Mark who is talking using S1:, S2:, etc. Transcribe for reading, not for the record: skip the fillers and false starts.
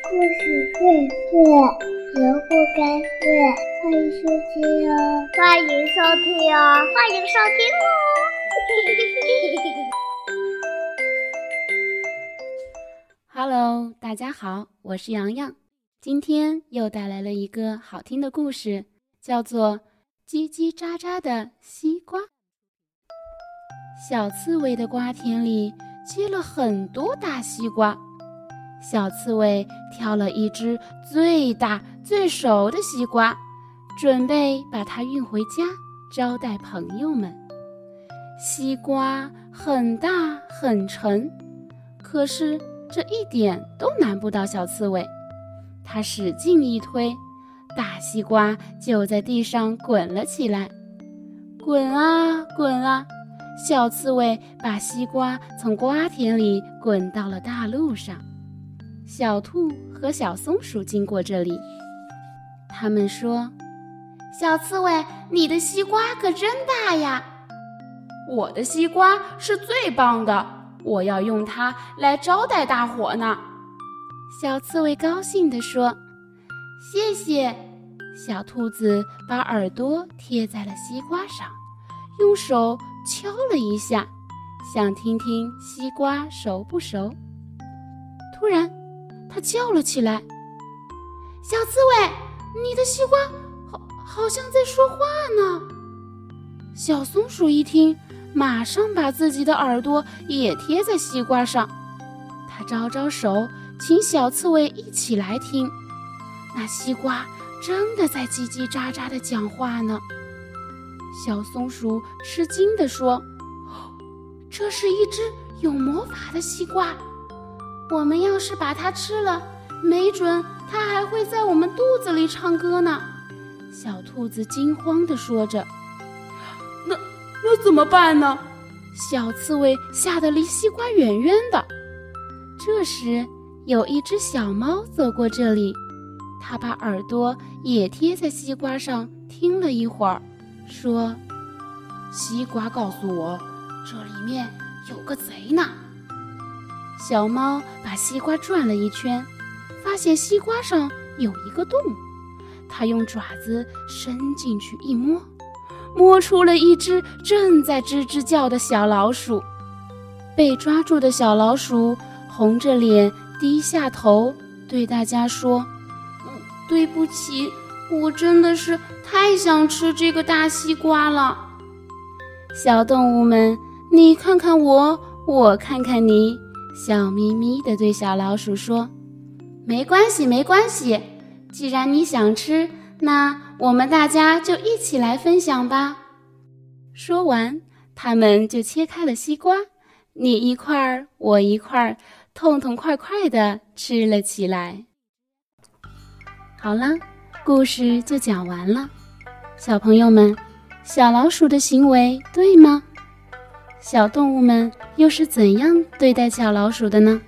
S1: 故事会睡，人不该睡。欢迎收听哦，
S2: 欢迎收听哦，欢迎收听哦。
S3: Hello， 大家好，我是洋洋，今天又带来了一个好听的故事，叫做《叽叽喳喳的西瓜》。小刺猬的瓜田里结了很多大西瓜，小刺猬挑了一只最大最熟的西瓜，准备把它运回家招待朋友们。西瓜很大很沉，可是这一点都难不倒小刺猬。它使劲一推，大西瓜就在地上滚了起来。滚啊滚啊，小刺猬把西瓜从瓜田里滚到了大路上。小兔和小松鼠经过这里，他们说：“
S4: 小刺猬，你的西瓜可真大呀！”“
S5: 我的西瓜是最棒的，我要用它来招待大伙呢。”
S3: 小刺猬高兴地说。“
S4: 谢谢。”
S3: 小兔子把耳朵贴在了西瓜上，用手敲了一下，想听听西瓜熟不熟。突然它叫了起来：“
S4: 小刺猬，你的西瓜好像在说话呢！”
S3: 小松鼠一听，马上把自己的耳朵也贴在西瓜上，它招招手，请小刺猬一起来听。那西瓜真的在叽叽喳喳地讲话呢。小松鼠吃惊地说：“
S4: 这是一只有魔法的西瓜，我们要是把它吃了，没准它还会在我们肚子里唱歌呢。”
S3: 小兔子惊慌地说着。
S5: 那怎么办呢？
S3: 小刺猬吓得离西瓜远远的。这时有一只小猫走过这里，它把耳朵也贴在西瓜上听了一会儿，说：“
S5: 西瓜告诉我，这里面有个贼呢。”
S3: 小猫把西瓜转了一圈，发现西瓜上有一个洞，它用爪子伸进去一摸，摸出了一只正在吱吱叫的小老鼠。被抓住的小老鼠红着脸低下头，对大家说：“
S4: 对不起，我真的是太想吃这个大西瓜了。”
S3: 小动物们，你看看我，我看看你，笑眯眯地对小老鼠说：“
S4: 没关系，没关系，既然你想吃，那我们大家就一起来分享吧。”
S3: 说完，他们就切开了西瓜，你一块儿，我一块儿，痛痛快快地吃了起来。好了，故事就讲完了。小朋友们，小老鼠的行为对吗？小动物们又是怎样对待小老鼠的呢？